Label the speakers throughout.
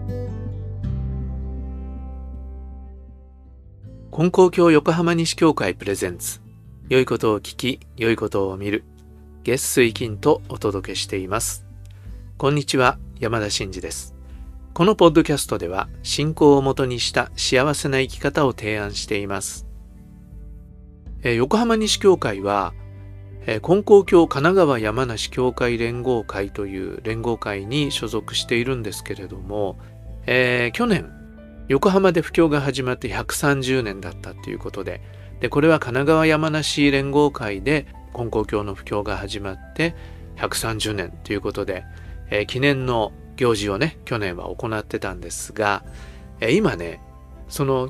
Speaker 1: 金光教横浜西教会プレゼンツ、良いことを聞き、良いことを見る、月水金とお届けしています。こんにちは、山田真嗣です。このポッドキャストでは、信仰をもとにした幸せな生き方を提案しています。横浜西教会は、金光教神奈川山梨教会連合会という連合会に所属しているんですけれども、去年横浜で布教が始まって130年だったということで、これは神奈川山梨連合会で金光教の布教が始まって130年ということで、記念の行事をね、去年は行ってたんですが、今ね、その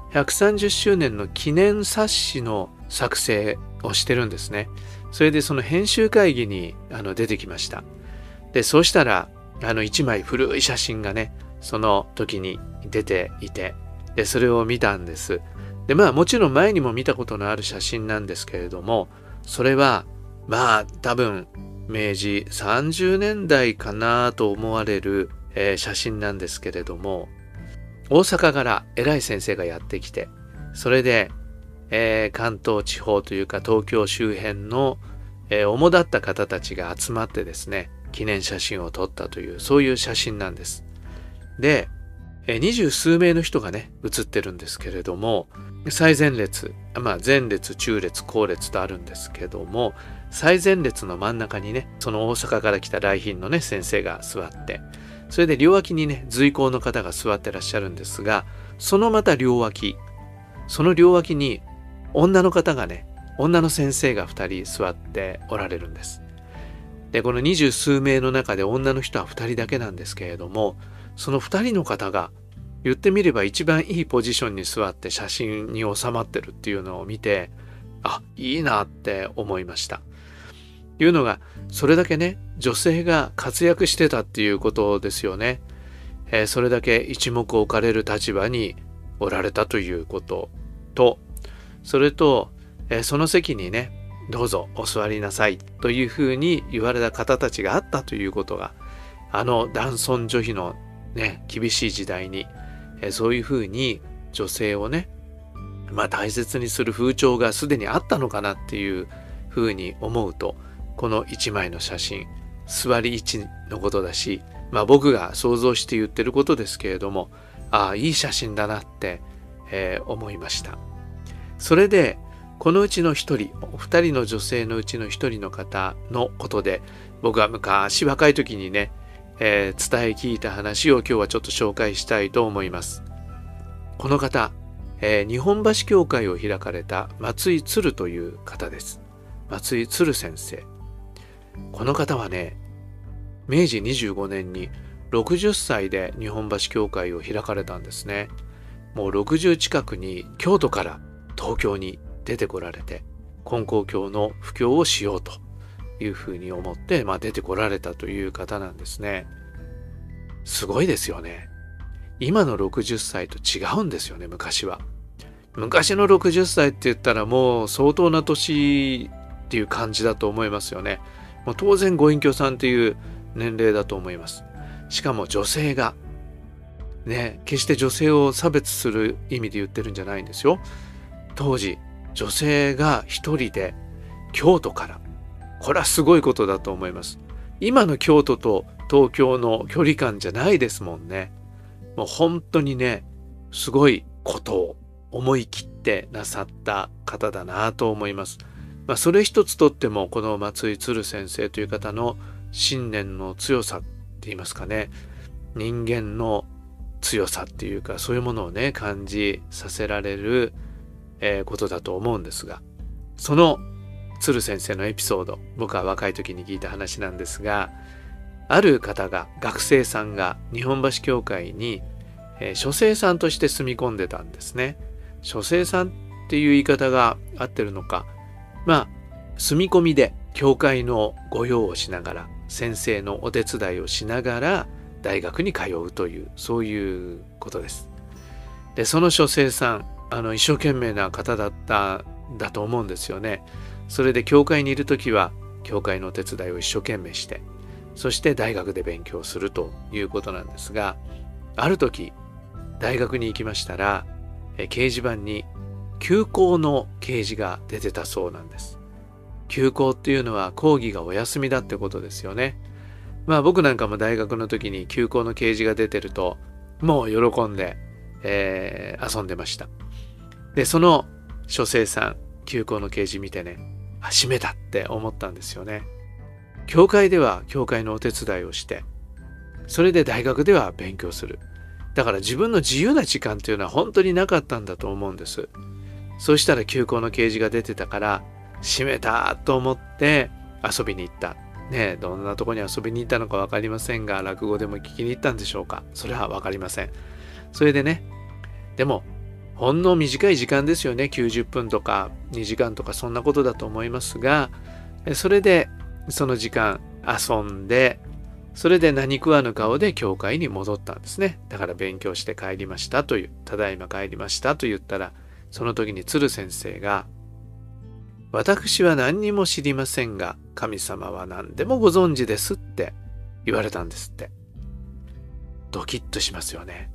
Speaker 1: 130周年の記念冊子の作成をしてるんですね。それでその編集会議に出てきました。で、そうしたら一枚古い写真がね、その時に出ていて、でそれを見たんです。で、もちろん前にも見たことのある写真なんですけれども、それは多分明治30年代かなと思われる、写真なんですけれども、大阪から偉い先生がやってきて、それで、関東地方というか東京周辺の、主だった方たちが集まってですね、記念写真を撮ったという、そういう写真なんです。で、20数名の人がね、写ってるんですけれども、最前列、前列、中列、後列とあるんですけども、最前列の真ん中にね、その大阪から来た来賓のね、先生が座って、それで両脇にね、随行の方が座ってらっしゃるんですが、そのまた両脇、その両脇に女の方がね、女の先生が2人座っておられるんです。で、この20数名の中で女の人は2人だけなんですけれども、その2人の方が言ってみれば一番いいポジションに座って写真に収まってるっていうのを見て、いいなって思いました。いうのが、それだけね、女性が活躍してたっていうことですよね。それだけ一目置かれる立場におられたということと、それと、その席にね、どうぞお座りなさいというふうに言われた方たちがあったということが、男尊女卑のね、厳しい時代に、そういうふうに女性をね、大切にする風潮がすでにあったのかなっていうふうに思うと、この一枚の写真、座り位置のことだし、僕が想像して言ってることですけれども、いい写真だなって、思いました。それで、このうちの一人、二人の女性のうちの一人の方のことで、僕は昔若い時にね、伝え聞いた話を今日はちょっと紹介したいと思います。この方、日本橋教会を開かれた松井鶴という方です。松井鶴先生。この方はね、明治25年に60歳で日本橋教会を開かれたんですね。もう60近くに京都から東京に出てこられて、金光教の布教をしようというふうに思って、出てこられたという方なんですね。すごいですよね。今の60歳と違うんですよね、昔は。昔の60歳って言ったらもう相当な年っていう感じだと思いますよね。もう当然ご隠居さんっていう年齢だと思います。しかも女性が、ね、決して女性を差別する意味で言ってるんじゃないんですよ。当時、女性が一人で京都から、これはすごいことだと思います。今の京都と東京の距離感じゃないですもんね。もう本当にね、すごいことを思い切ってなさった方だなと思います。それ一つとっても、この松井鶴先生という方の信念の強さって言いますかね、人間の強さっていうか、そういうものをね、感じさせられる、ことだと思うんですが、その鶴先生のエピソード、僕は若い時に聞いた話なんですが、ある方が、学生さんが日本橋教会に、書生さんとして住み込んでたんですね。書生さんっていう言い方が合ってるのか、住み込みで教会の御用をしながら、先生のお手伝いをしながら大学に通うという、そういうことです。で、その書生さん、一生懸命な方だったんだと思うんですよね。それで教会にいるときは教会のお手伝いを一生懸命して、そして大学で勉強するということなんですが、 ある時大学に行きましたら、掲示板に休校の掲示が出てたそうなんです。休校っていうのは講義がお休みだってことですよね。まあ僕なんかも大学の時に休校の掲示が出てるともう喜んで、遊んでました。で、その書生さん休校の掲示見てね、閉めたって思ったんですよね。教会では教会のお手伝いをして、それで大学では勉強する。だから自分の自由な時間っていうのは本当になかったんだと思うんです。そうしたら休校の掲示が出てたから閉めたと思って遊びに行った。ね、どんなとこに遊びに行ったのか分かりませんが、落語でも聞きに行ったんでしょうか。それは分かりません。それでね、でもほんの短い時間ですよね。90分とか2時間とかそんなことだと思いますが、それでその時間遊んで、それで何食わぬ顔で教会に戻ったんですね。だから勉強して帰りましたという、ただいま帰りましたと言ったら、その時に鶴先生が、私は何にも知りませんが、神様は何でもご存知ですって言われたんですって。ドキッとしますよね。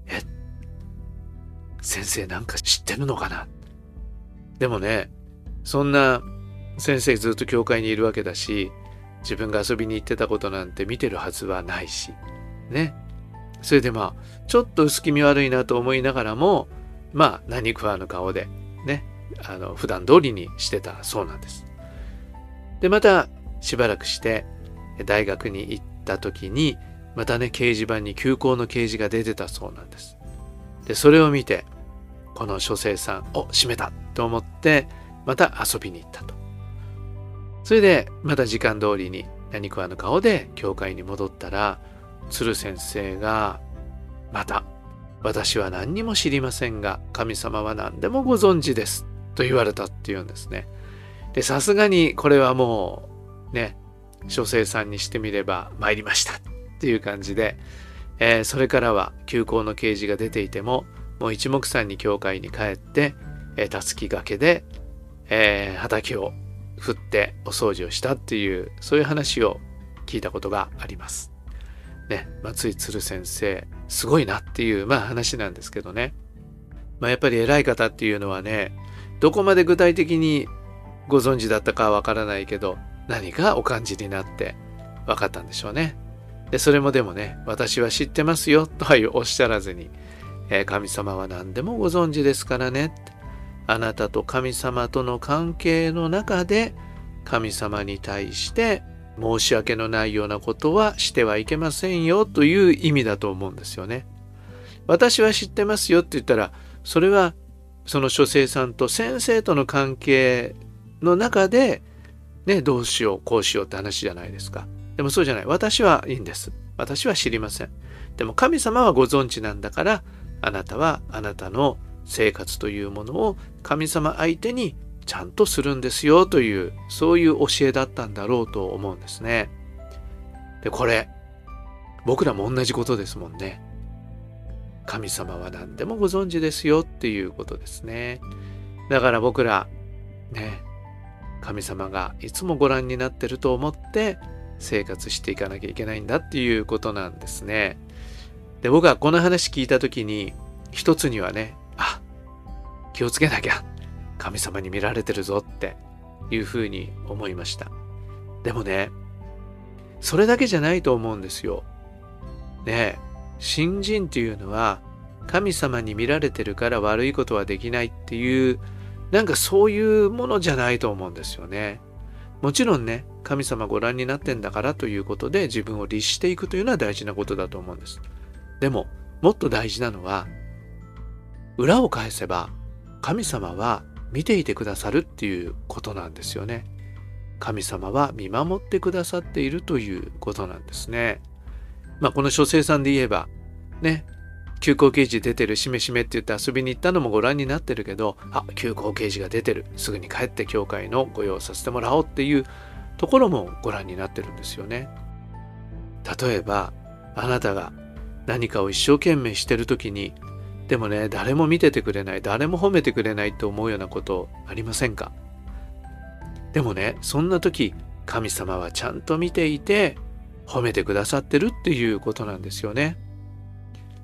Speaker 1: 先生なんか知ってるのかな。でもね、そんな先生ずっと教会にいるわけだし、自分が遊びに行ってたことなんて見てるはずはないし、ね。それでまあ、ちょっと薄気味悪いなと思いながらも、まあ、何食わぬ顔で、ね、普段通りにしてたそうなんです。で、またしばらくして、大学に行った時に、またね、掲示板に休校の掲示が出てたそうなんです。で、それを見て、この書生さん、閉めたと思って、また遊びに行ったと。それで、また時間通りに何食わぬ顔で教会に戻ったら、鶴先生が、また、私は何にも知りませんが、神様は何でもご存知です。と言われたっていうんですね。で、さすがにこれはもう、ね、書生さんにしてみれば参りましたっていう感じで、それからは休校の掲示が出ていても、もう一目散に教会に帰って、たすき掛けで、畑を振ってお掃除をしたっていう、そういう話を聞いたことがあります。ね、松井鶴先生、すごいなっていう、話なんですけどね。やっぱり偉い方っていうのはね、どこまで具体的にご存知だったかはわからないけど、何かお感じになって分かったんでしょうね。で、それもでもね、私は知ってますよとはおっしゃらずに、神様は何でもご存知ですからね。あなたと神様との関係の中で、神様に対して申し訳のないようなことはしてはいけませんよという意味だと思うんですよね。私は知ってますよって言ったら、それはその書生さんと先生との関係の中で、ね、どうしようこうしようって話じゃないですか。でもそうじゃない。私はいいんです。私は知りません。でも神様はご存知なんだから、あなたはあなたの生活というものを神様相手にちゃんとするんですよという、そういう教えだったんだろうと思うんですね。で、これ、僕らも同じことですもんね。神様は何でもご存知ですよっていうことですね。だから僕ら、ね、神様がいつもご覧になってると思って生活していかなきゃいけないんだっていうことなんですね。で、僕はこの話聞いたときに、一つにはね、気をつけなきゃ。神様に見られてるぞっていうふうに思いました。でもね、それだけじゃないと思うんですよ。ねえ、信心っていうのは神様に見られてるから悪いことはできないっていう、なんかそういうものじゃないと思うんですよね。もちろんね、神様ご覧になってんだからということで自分を律していくというのは大事なことだと思うんです。でも、もっと大事なのは、裏を返せば神様は見ていてくださるっていうことなんですよね。神様は見守ってくださっているということなんですね。この書生さんで言えば、ね、休校掲示出てる、しめしめって言って遊びに行ったのもご覧になってるけど、休校掲示が出てる、すぐに帰って教会のご用させてもらおうっていうところもご覧になってるんですよね。例えば、あなたが何かを一生懸命してるときに、でもね、誰も見ててくれない、誰も褒めてくれないと思うようなことありませんか？でもね、そんな時、神様はちゃんと見ていて、褒めてくださってるっていうことなんですよね。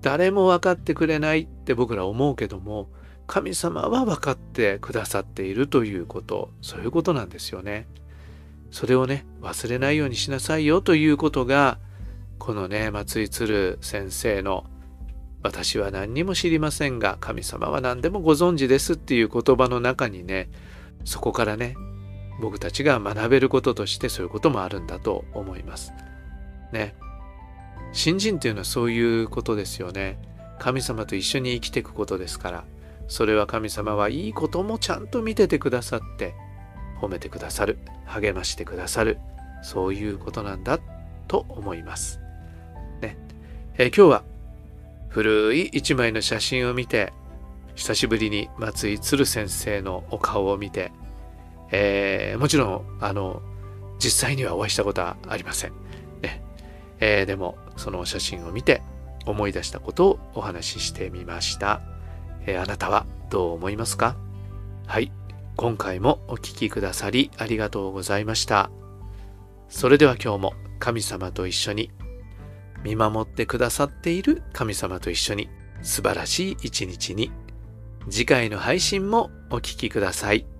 Speaker 1: 誰も分かってくれないって僕ら思うけども、神様は分かってくださっているということ、そういうことなんですよね。それをね、忘れないようにしなさいよということが、このね、松井鶴先生の私は何にも知りませんが、神様は何でもご存知ですっていう言葉の中にね、そこからね、僕たちが学べることとしてそういうこともあるんだと思います。ね。信心っていうのはそういうことですよね。神様と一緒に生きていくことですから、それは神様はいいこともちゃんと見ててくださって、褒めてくださる、励ましてくださる、そういうことなんだと思います。ね。今日は古い一枚の写真を見て、久しぶりに松井鶴先生のお顔を見て、もちろん実際にはお会いしたことはありません。ね。でもその写真を見て思い出したことをお話ししてみました。あなたはどう思いますか？はい、今回もお聞きくださりありがとうございました。それでは今日も神様と一緒に、見守ってくださっている神様と一緒に素晴らしい一日に、次回の配信もお聞きください。